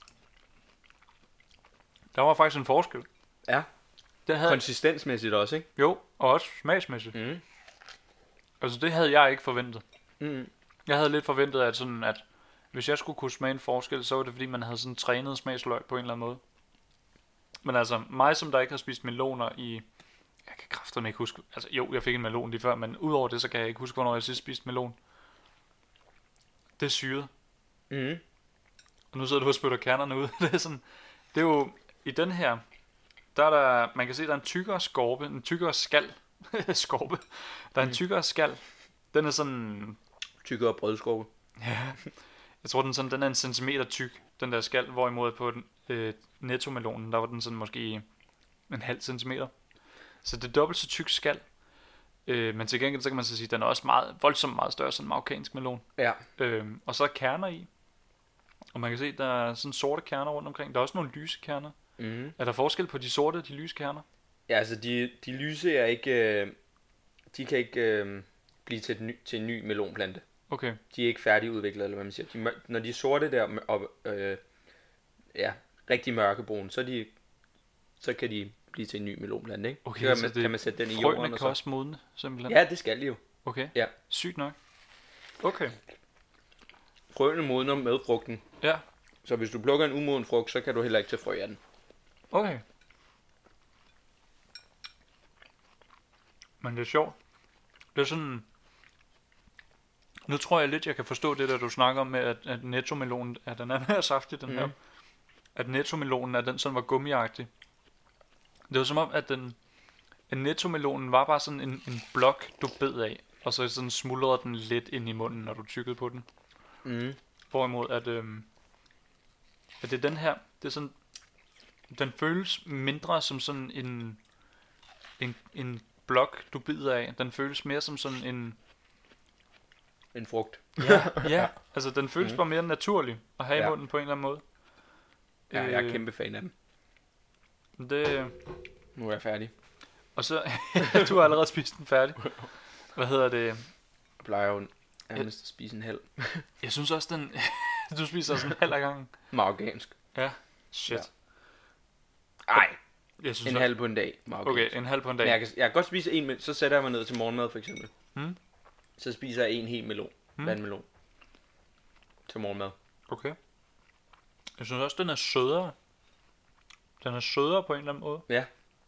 Der var faktisk en forskel. Ja. Det havde... Konsistensmæssigt også, ikke? Jo, og også smagsmæssigt. Mm. Altså det havde jeg ikke forventet. Mm. Jeg havde lidt forventet, at sådan at hvis jeg skulle kunne smage en forskel, så var det fordi man havde sådan trænet smagsløg på en eller anden måde. Men altså mig som der ikke har spist meloner i, jeg kan kraftedeme ikke huske, altså jo jeg fik en melon lige før, men udover det så kan jeg ikke huske hvornår jeg sidst spiste melon. Det er syret. Mm. Og nu sidder du og spytter kernerne ud. Det er sådan, det er jo i den her, der er der, man kan se der er en tykkere skorpe, en tykkere skal. skorpe. Der er en tykkere skal. Den er sådan tykkere brødskorpe. Ja. Jeg tror den sådan den er en centimeter tyk, den der skal, hvorimod på den øh, nettomelonen, der var den sådan måske en halv centimeter. Så det er dobbelt så tyk skal. Øh, men til gengæld så kan man så sige, at den er også meget voldsomt meget større end en marokkansk melon. Ja. Øh, og så er kerner i. Og man kan se, der er sådan sorte kerner rundt omkring. Der er også nogle lyse kerner. Mm. Er der forskel på de sorte og de lyse kerner? Ja, altså de, de lyse er ikke, øh, de kan ikke øh, blive til, et ny, til en ny melonplante. Okay. De er ikke færdigudviklet, eller hvad man siger. De, når de er sorte der, og øh, ja, rigtig mørkebrune, så, de, så kan de blive til en ny melonplante, ikke? Okay, så kan så man, det kan man sætte den i jorden. Frøene kan også modne, simpelthen? Ja, det skal de jo. Okay, ja. Sygt nok. Okay. Frøene modner med frugten. Ja. Så hvis du plukker en umoden frugt, så kan du heller ikke tage frø af den. Okay. Men det er sjovt. Det er sådan... Nu tror jeg lidt, jeg kan forstå det, der du snakker om med, at, at nettomelonen, at den er mere saftig, den mm. her. At nettomelonen er den, sådan var gummiagtig. Det var som om, at den... En nettomelonen var bare sådan en, en blok, du bed af. Og så sådan smuldrede den lidt ind i munden, når du tykkede på den. Mm. Hvorimod, at... Øhm, at det er den her... Det er sådan... Den føles mindre som sådan en... En, en blok, du bider af. Den føles mere som sådan en... En frugt. Ja, ja. Altså, den føles mm. bare mere naturlig at have ja. i munden på en eller anden måde. Ja, jeg er kæmpe fan af dem. Det... Nu er jeg færdig. Og så... Du har allerede spist den færdig. Hvad hedder det? Jeg plejer jo nærmest at spise en halv. Jeg synes også, den... Du spiser sådan en halv af gangen. Marokkansk. Ja. Shit. Ja. Ej. Jeg synes en også... halv på en dag. Okay, en halv på en dag. Men jeg kan, jeg kan godt spise en, men så sætter jeg mig ned til morgenmad for eksempel. Hmm? Så spiser jeg en hel melon. Hmm? Vandmelon. Til morgenmad. Okay. Jeg synes også, den er sødere. Den er sødere på en eller anden måde. Ja.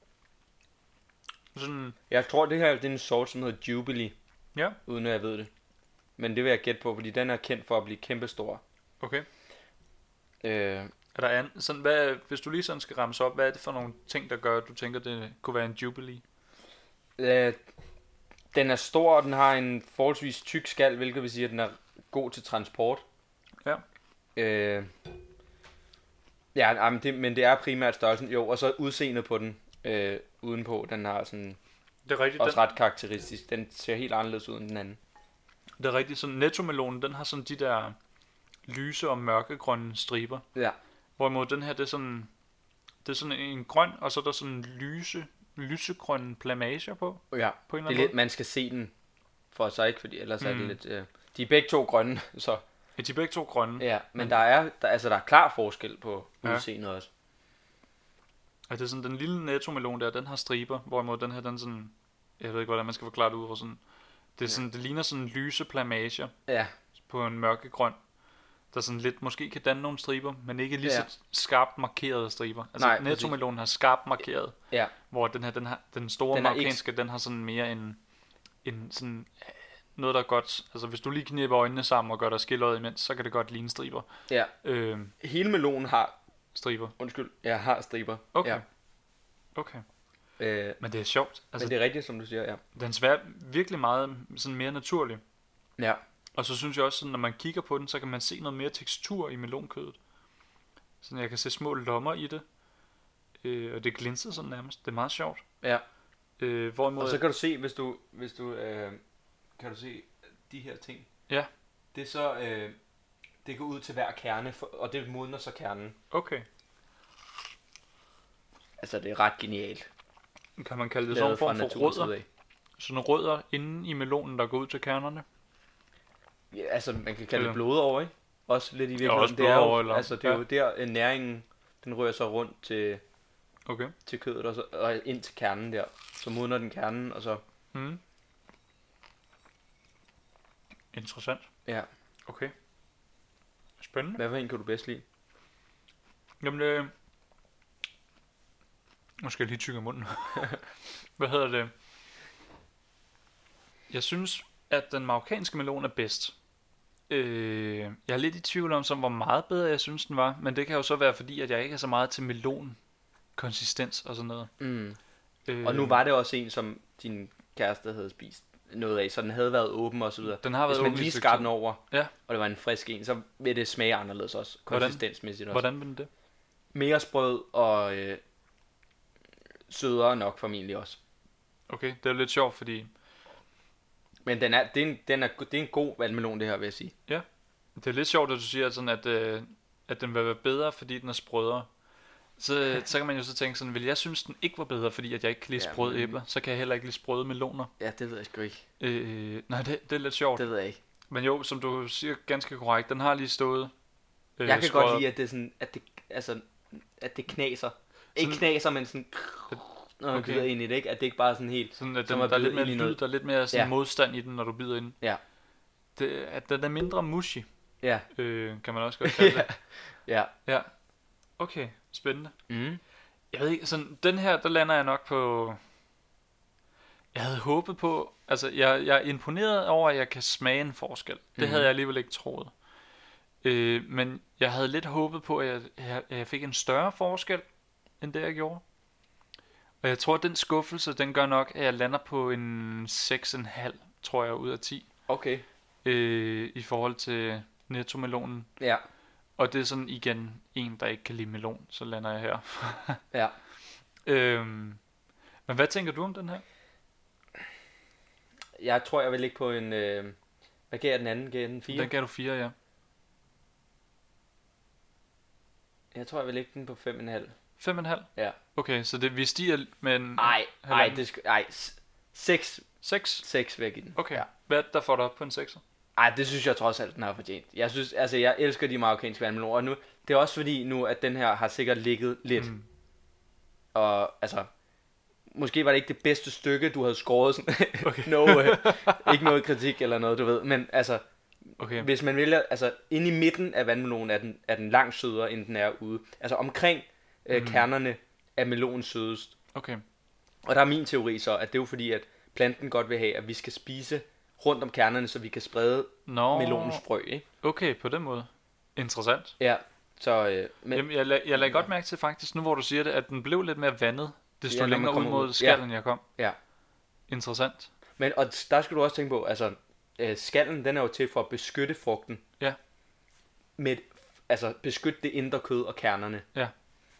Sådan... Jeg tror, det her det er en sort, som hedder Jubilee. Ja. Uden at jeg ved det. Men det vil jeg gætte på, fordi den er kendt for at blive kæmpestor. Okay. Øh... Er der an... sådan, hvad, hvis du lige sådan skal ramse op, hvad er det for nogle ting, der gør, at du tænker, det kunne være en Jubilee? Øh... Den er stor, og den har en forholdsvis tyk skal, hvilket vil sige, at den er god til transport. Ja. Øh... Ja, men det, men det er primært størrelsen. Jo, og så udseendet på den. Øh, udenpå, den har sådan... Det er rigtigt. Også Den... ret karakteristisk. Den ser helt anderledes ud end den anden. Det er rigtigt. Sådan nettomelonen, den har sådan de der lyse og mørkegrønne striber. Ja. Hvorimod den her, det er sådan... Det er sådan en grøn, og så er der sådan lyse, lysegrønne plamager på. Ja, på en det er lidt, man skal se den for sig, ikke? Fordi ellers mm. er det lidt... Øh, de er begge to grønne, så... Ja, de er begge to grønne. Ja, men mm. der er der, altså, der er klar forskel på ja. udseendet også. Ja, det er sådan, den lille nettomelon der, den har striber, hvorimod den her, den sådan... Jeg ved ikke, hvordan man skal forklare det ud, hvor sådan... Det, er sådan, ja. Det ligner sådan lyse plamager ja. på en mørkegrøn, der sådan lidt måske kan danne nogle striber, men ikke lige ja. så skarpt markerede striber. Altså Nej, nettomelonen har skarpt markeret, ja. hvor den her, den, har, den store den marokkanske, ikke... den har sådan mere en, en sådan noget, der er godt. Altså hvis du lige knipper øjnene sammen og gør dig skilløjet imens, så kan det godt ligne striber. Ja. Øh, Hele melonen har striber. Undskyld, jeg har striber. Okay. Ja. Okay. Øh, men det er sjovt. Altså, men det er rigtigt, som du siger, ja. Den smager virkelig meget sådan mere naturlig. Ja. Og så synes jeg også, at når man kigger på den, så kan man se noget mere tekstur i melonkødet. Så jeg kan se små lommer i det. Øh, og det glinser sådan nærmest. Det er meget sjovt. Ja. Øh, hvorimod... Og så kan du se, hvis du, hvis du øh, kan du se de her ting. Ja. Det er så, øh, det går ud til hver kerne, for, og det modner så kernen. Okay. Altså, det er ret genialt. Kan man kalde det sådan en form for rødder? Sådan rødder inde i melonen, der går ud til kernerne? Ja, altså, man kan kalde det blod over, ikke? Også lidt i virkeligheden. Ja, også blod over, eller? Altså, det er ja. jo der, næringen, den rører sig rundt til, okay. til kødet, og, så, og ind til kernen der. Så modner den kernen, og så... Mm. Interessant. Ja. Okay. Spændende. Hvad for en kan du bedst lide? Jamen, øh... nu skal jeg lige tykke munden. Hvad hedder det? Jeg synes, at den marokkanske melon er bedst. Øh, jeg er lidt i tvivl om, som hvor meget bedre jeg synes, den var. Men det kan jo så være, fordi at jeg ikke er så meget til melon konsistens og sådan noget. Mm. Øh, og nu var det også en, som din kæreste havde spist noget af, så den havde været åben og så videre. Den har været åben. Hvis man lige skar den over, ja. og det var en frisk en, så vil det smage anderledes også, konsistensmæssigt også. Hvordan vil den det? Mere sprød og øh, sødere nok formentlig også. Okay, det er lidt sjovt, fordi... Men den er, det, er en, den er, det er en god vandmelon, det her, vil jeg sige. Ja, det er lidt sjovt, at du siger, sådan, at, øh, at den vil være bedre, fordi den er sprødere. Så, så kan man jo så tænke sådan, vil jeg synes, den ikke var bedre, fordi at jeg ikke kan lide ja, sprøde men... æbler, så kan jeg heller ikke lide sprøde meloner. Ja, det ved jeg sgu ikke. Øh, nej, det, det er lidt sjovt. Det ved jeg ikke. Men jo, som du siger ganske korrekt, den har lige stået. Øh, jeg kan skåret. godt lide, at det sådan, at det, altså, at det knaser. Ikke sådan, knaser, men sådan... Når man okay. bider ind i det, ikke? At det ikke bare sådan helt... Sådan, at den, der er lidt mere lyd, der er lidt mere sådan ja. modstand i den, når du bider ind. Ja. det, at den er mindre mushy. Ja. Øh, kan man også godt kalde det. Ja. Ja. Okay, spændende. Mm. Jeg ved ikke, sådan, den her, der lander jeg nok på... Jeg havde håbet på... Altså, jeg, jeg er imponeret over, at jeg kan smage en forskel. Det mm. havde jeg alligevel ikke troet. Øh, men jeg havde lidt håbet på, at jeg, jeg, jeg fik en større forskel, end det jeg gjorde. Og jeg tror, at den skuffelse, den gør nok, at jeg lander på en seks komma fem, tror jeg, ud af ti. Okay. Øh, I forhold til nettomelonen. Ja. Og det er sådan igen en, der ikke kan lide melon, så lander jeg her. Ja. øhm, men hvad tænker du om den her? Jeg tror, jeg vil ligge på en... Øh, hvad gav jeg den anden? Gav jeg den fire? Den gav du fire, ja. Jeg tror, jeg vil lægge den på fem komma fem. fem komma fem? Ja. Okay, så det, vi stiger med en... Nej, nej, det skal... Nej, seks. seks? seks vil jeg give den. Okay, ja. Hvad er det, der får dig op på en sekser? Ej, det synes jeg trods alt, den har fortjent. Jeg synes, altså, jeg elsker de marokkanske vandmeloner, og nu, det er også fordi nu, at den her har sikkert ligget lidt. Mm. Og, altså, måske var det ikke det bedste stykke, du havde skåret sådan. Okay. no, uh, ikke noget kritik eller noget, du ved. Men altså, okay. Hvis man vælger, altså, inde i midten af vandmelonen er den, er den langt sødere, end den er ude. Altså, omkring uh, mm. kernerne er melonen sødest. Okay. Og der er min teori så, at det er jo fordi, at planten godt vil have, at vi skal spise rundt om kernerne, så vi kan sprede no. melonens frø, ikke? Okay, på den måde. Interessant. Ja, så... Øh, men, Jamen, jeg, lag, jeg lagde godt mærke til faktisk, nu hvor du siger det, at den blev lidt mere vandet, desto ja, længere ud mod skallen, ja. jeg kom. Ja. Interessant. Men, og der skal du også tænke på, altså, øh, skallen, den er jo til for at beskytte frugten. Ja. Med, altså, beskytte det indre kød og kernerne. Ja.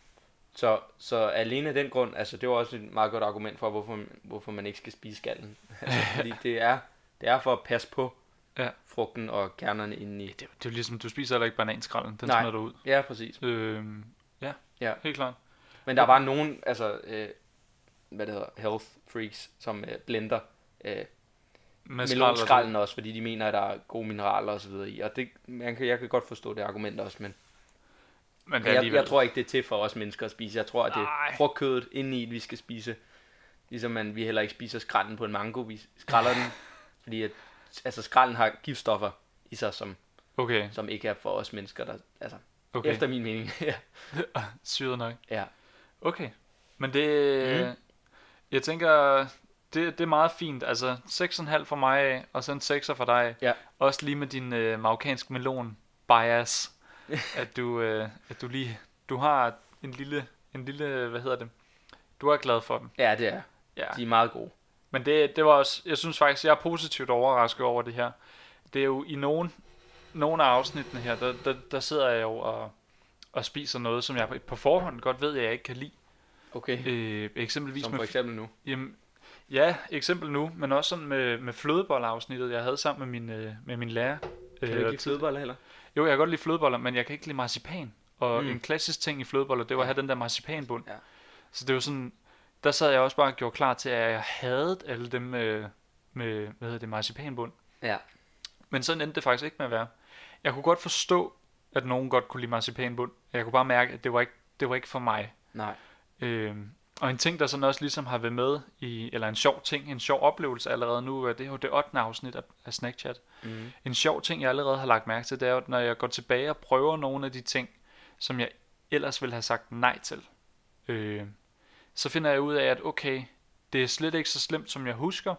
Så, så alene af den grund, altså, det var også et meget godt argument for, hvorfor, hvorfor man ikke skal spise skallen. Altså, fordi det er... Det er for at passe på ja. frugten og kernerne indeni. Det, det er jo ligesom, du spiser heller ikke bananskralden. Den Nej. smider du ud. Ja, præcis. Øhm, ja, ja, helt klart. Men der var nogen, altså, øh, hvad det hedder, health freaks, som øh, blender øh, melonskralden også, fordi de mener, at der er gode mineraler og så videre i. Og det, man kan, jeg kan godt forstå det argument også, men, men det jeg, alligevel... jeg tror ikke, det er til for os mennesker at spise. Jeg tror, at det er frugtkødet indeni, vi skal spise. Ligesom man, vi heller ikke spiser skralden på en mango, vi skralder den. Fordi at, altså skralden har giftstoffer i sig, som, okay. som ikke er for os mennesker, der, altså, okay. efter min mening. Ja. Syret nok. Ja. Okay, men det, mm. jeg tænker, det, det er meget fint, altså seks komma fem for mig af, og så en sekser for dig. Ja. Også lige med din øh, marokkansk melon bias, at du, øh, at du lige, du har en lille, en lille, hvad hedder det, du er glad for dem. Ja, det er. Ja. De er meget gode. Men det, det var også, jeg synes faktisk, jeg er positivt overrasket over det her. Det er jo i nogen, nogle af afsnittene her, der, der, der sidder jeg jo og, og spiser noget, som jeg på forhånd godt ved, at jeg ikke kan lide. Okay. Øh, eksempelvis som for eksempel nu? Jamen, ja, eksempel nu, men også sådan med, med flødebolleafsnittet, jeg havde sammen med min, øh, med min lærer. Kan du ikke lide flødeboller heller? Jo, jeg kan godt lide flødeboller, men jeg kan ikke lide marcipan. Og mm. en klassisk ting i flødeboller, det var at have den der marcipanbund. Ja. Så det var sådan... Der sad jeg også bare og gjorde klar til, at jeg havde alle dem med, med hvad hedder det, marcipanbund. Ja. Men sådan endte det faktisk ikke med at være. Jeg kunne godt forstå, at nogen godt kunne lide marcipanbund. Jeg kunne bare mærke, at det var ikke, det var ikke for mig. Nej. Øhm, og en ting, der sådan også ligesom har været med i, eller en sjov ting, en sjov oplevelse allerede nu, det er jo det ottende afsnit af, af Snackchat. Mm. En sjov ting, jeg allerede har lagt mærke til, det er jo, når jeg går tilbage og prøver nogle af de ting, som jeg ellers ville have sagt nej til. Øh, så finder jeg ud af, at okay, det er slet ikke så slemt, som jeg husker.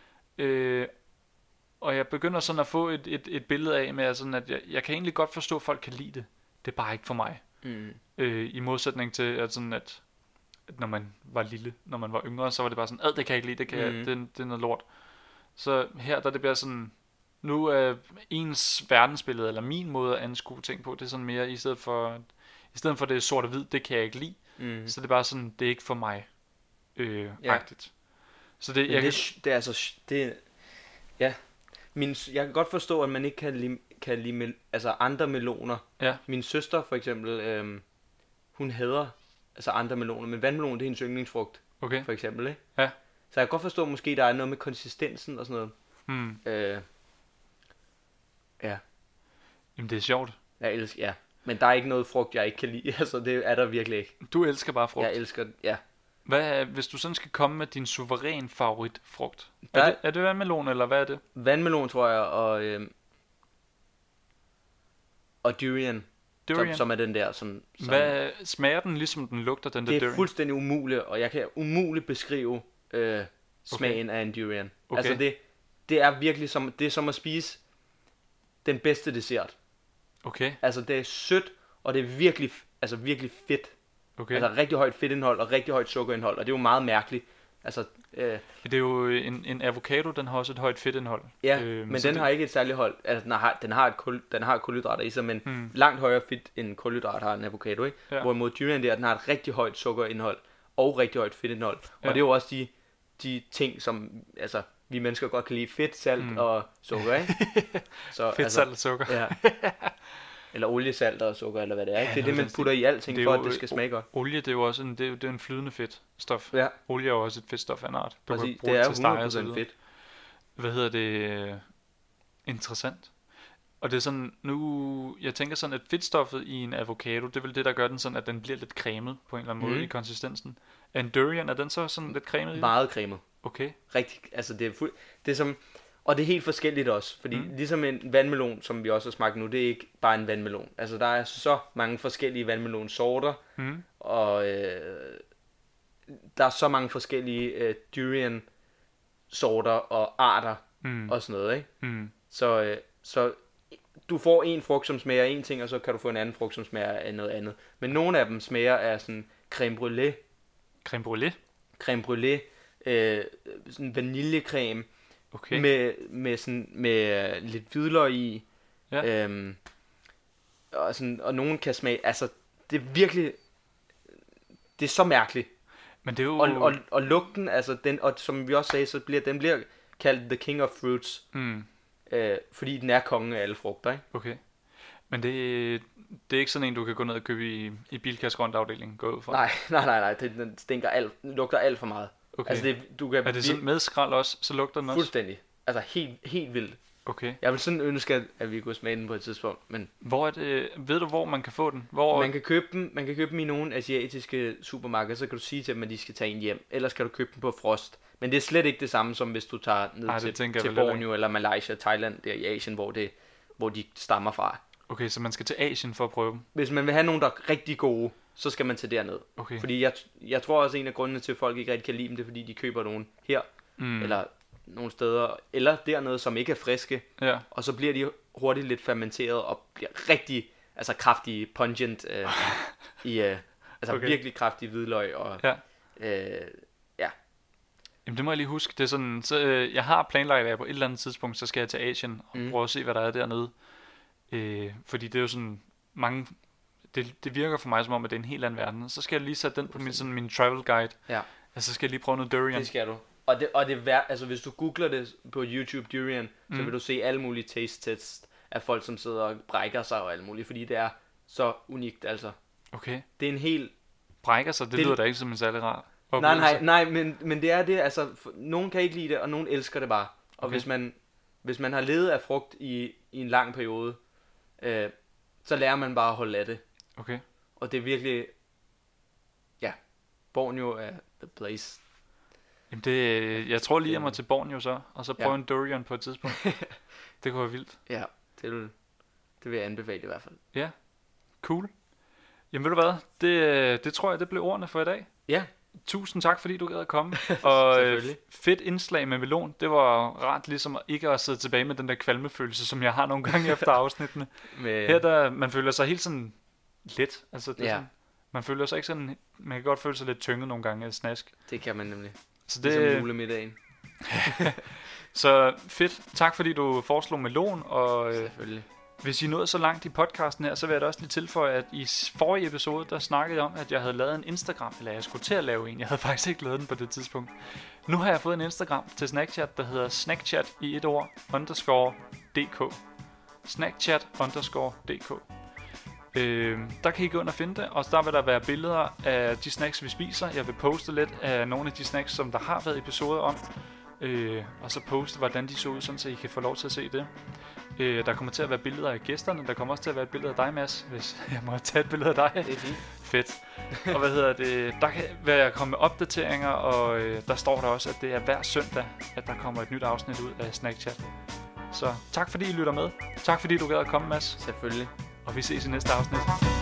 Øh, og jeg begynder sådan at få et, et, et billede af, med sådan at jeg, jeg kan egentlig godt forstå, at folk kan lide det. Det er bare ikke for mig. Mm. Øh, I modsætning til, at, sådan at, at når man var lille, når man var yngre, så var det bare sådan, ad, det kan jeg ikke lide, det, kan mm. jeg, det, det er noget lort. Så her, der det bliver sådan, nu er ens verdensbillede, eller min måde at anskue ting på, det er sådan mere, i stedet for, i stedet for det er sort og hvid, det kan jeg ikke lide. Mm. Så det er bare sådan, det er ikke for mig øh, ja. agtigt. Så det, jeg det, kan... det er altså, det, ja, min, jeg kan godt forstå, at man ikke kan lide, kan lide mel, altså andre meloner. Ja. Min søster for eksempel, øhm, hun hader altså andre meloner, men vandmelon, det er hendes yndlingsfrugt, okay. for eksempel, ikke? Ja. Så jeg kan godt forstå, at måske der er noget med konsistensen og sådan noget. Hmm. Øh, ja. Jamen det er sjovt. Jeg elsker, ja. Men der er ikke noget frugt, jeg ikke kan lide. Altså, det er der virkelig ikke. Du elsker bare frugt? Jeg elsker, ja. Hvad, hvis du sådan skal komme med din suveræn favoritfrugt? Er, er, det, er det vandmelon, eller hvad er det? Vandmelon, tror jeg, og... Øh, og durian, durian. Som, som er den der sådan, sådan hvad smager den ligesom den lugter, den der det er durian? fuldstændig umuligt, og jeg kan umuligt beskrive øh, smagen okay. af en durian. Okay. Altså det, det er virkelig som, det er som at spise den bedste dessert. Okay. Altså det er sødt, og det er virkelig, altså virkelig fedt. Okay. Altså rigtig højt fedtindhold og rigtig højt sukkerindhold, og det er jo meget mærkeligt. Altså, øh, det er jo en, en avocado, den har også et højt fedtindhold. Ja, øh, men den det... har ikke et særligt hold. Altså den har, den har, et kul, den har kulhydrater i sig, men hmm. langt højere fedt end kulhydrat har en avocado, ikke? Ja. Hvorimod durian der, den har et rigtig højt sukkerindhold og rigtig højt fedtindhold. Og ja. det er jo også de, de ting, som altså, vi mennesker godt kan lide: fedt, salt hmm. og sukker, ikke? Så, fedt, altså, salt og sukker. Ja. Eller olie, salt og sukker, eller hvad det er, ikke? Ja, det er det, man putter i alting, for jo, at det skal smage godt. Olie, det er jo også en, det er, det er en flydende fedtstof. Ja. Olie er jo også et fedtstof af en art. Du Præcis, det er hundrede procent fedt. Hvad hedder det? Interessant. Og det er sådan, nu, jeg tænker sådan, at fedtstoffet i en avocado, det er vel det, der gør den sådan, at den bliver lidt cremet på en eller anden måde mm. i konsistensen. En durian, er den så sådan lidt cremet i? Meget cremet. Okay. Rigtig, altså det er fuld, det er som, og det er helt forskelligt også, fordi mm. ligesom en vandmelon, som vi også har smagt nu, det er ikke bare en vandmelon. Altså der er så mange forskellige vandmelonsorter, mm. og øh, der er så mange forskellige øh, durian sorter og arter mm. og sådan noget, ikke? Mm. Så, øh, så du får en frugt, som smager af en ting, og så kan du få en anden frugt, som smager af noget andet. Men nogle af dem smager af sådan creme brûlée. Creme brûlée? Creme brûlée, øh, sådan vaniljecreme. Okay. Med, med, sådan, med lidt hvidløg i. Ja. Øhm, og, sådan, og nogen kan smage, altså det er virkelig, det er så mærkeligt. Men det er jo... Og, og, og lugten, altså den, og som vi også sagde, så bliver den bliver kaldt the king of fruits. Mm. Øh, fordi den er kongen af alle frugter, ikke? Okay. Men det, det er ikke sådan en, du kan gå ned og købe i, i Bilkas grøntafdeling, gå ud fra? Nej, nej, nej, nej, det, den stinker alt, den lugter alt for meget. Okay. Altså det, du kan er det sådan med skrald også, så lugter den også? Fuldstændig. Altså helt, helt vildt. Okay. Jeg vil sådan ønske, at vi kunne smage den på et tidspunkt, men... Hvor er det, ved du, hvor man kan få den? Hvor... Man kan købe dem, man kan købe dem i nogle asiatiske supermarkeder, så kan du sige til dem, at de skal tage en hjem. Ellers kan du købe dem på frost. Men det er slet ikke det samme, som hvis du tager ned Ej, til, til Borneo eller Malaysia, Thailand, der i Asien, hvor, det, hvor de stammer fra. Okay, så man skal til Asien for at prøve dem? Hvis man vil have nogen, der er rigtig gode, så skal man til derned. Okay. Fordi jeg, jeg tror også, en af grundene til, at folk ikke rigtig kan lide dem, det er, fordi de køber nogen her, mm. eller nogle steder, eller dernede, som ikke er friske. Ja. Og så bliver de hurtigt lidt fermenteret, og bliver rigtig, altså kraftige, pungent, øh, i, øh, altså okay. virkelig kraftige hvidløg, og ja. Øh, ja. Jamen det må jeg lige huske, det er sådan, så øh, jeg har planlagt, at på et eller andet tidspunkt, så skal jeg til Asien, og mm. prøve at se, hvad der er dernede. Øh, fordi det er jo sådan, mange... Det, det virker for mig som om, at det er en helt anden verden. Så skal jeg lige sætte den på min, sådan, min travel guide. Ja. Altså, så skal jeg lige prøve noget durian. Det skal du. Og det, og det vær, altså hvis du googler det på YouTube durian, mm. så vil du se alle mulige taste tests af folk, som sidder og brækker sig og alt muligt, fordi det er så unikt, altså. Okay. Det er en helt... Brækker sig, det, det lyder da ikke som en særlig rar oplevelse. Nej, nej, nej, men, men det er det, altså, nogen kan ikke lide det, og nogen elsker det bare. Og okay. hvis man hvis man har levet af frugt i, i en lang periode, øh, så lærer man bare at holde af det. Okay. Og det er virkelig, ja, Borneo er the place. Jamen det, jeg tror lige, jeg må til Borneo så, og så prøve ja. en durian på et tidspunkt. Det kunne være vildt. Ja, det vil, det vil jeg anbefale i hvert fald. Ja, cool. Jamen ved du hvad, det, det tror jeg, det blev ordene for i dag. Ja. Tusind tak, fordi du gad at komme. Og fedt indslag med melon. Det var rart ligesom ikke at sidde tilbage med den der kvalmefølelse, som jeg har nogle gange efter afsnittene. med... Her der, man føler sig helt sådan let. Altså, det er ja. sådan, man føler sig ikke sådan, man kan godt føle sig lidt tynget nogle gange af snask. Det kan man nemlig. Så det er som julemiddagen. Så fedt. Tak fordi du foreslog melon. Og selvfølgelig. Hvis I nåede så langt i podcasten her, så vil jeg da også lige tilføje, at i forrige episode, der snakkede jeg om, at jeg havde lavet en Instagram, eller jeg skulle til at lave en. Jeg havde faktisk ikke lavet den på det tidspunkt. Nu har jeg fået en Instagram til Snackchat, der hedder Snackchat i et ord, underscore dk. Snackchat underscore dk. Øh, der kan I gå ind og finde det, og der vil der være billeder af de snacks, vi spiser. Jeg vil poste lidt af nogle af de snacks, som der har været episoder om. Øh, og så poste, hvordan de så ud, sådan så I kan få lov til at se det. Øh, der kommer til at være billeder af gæsterne. Der kommer også til at være et billede af dig, Mads, hvis jeg må tage et billede af dig. Det er fint. Fedt. Og hvad hedder det? Der kan være kommet opdateringer, og øh, der står der også, at det er hver søndag, at der kommer et nyt afsnit ud af Snackchat. Så tak fordi I lytter med. Tak fordi du gad at komme, Mads. Selvfølgelig. Og vi ses i næste afsnit.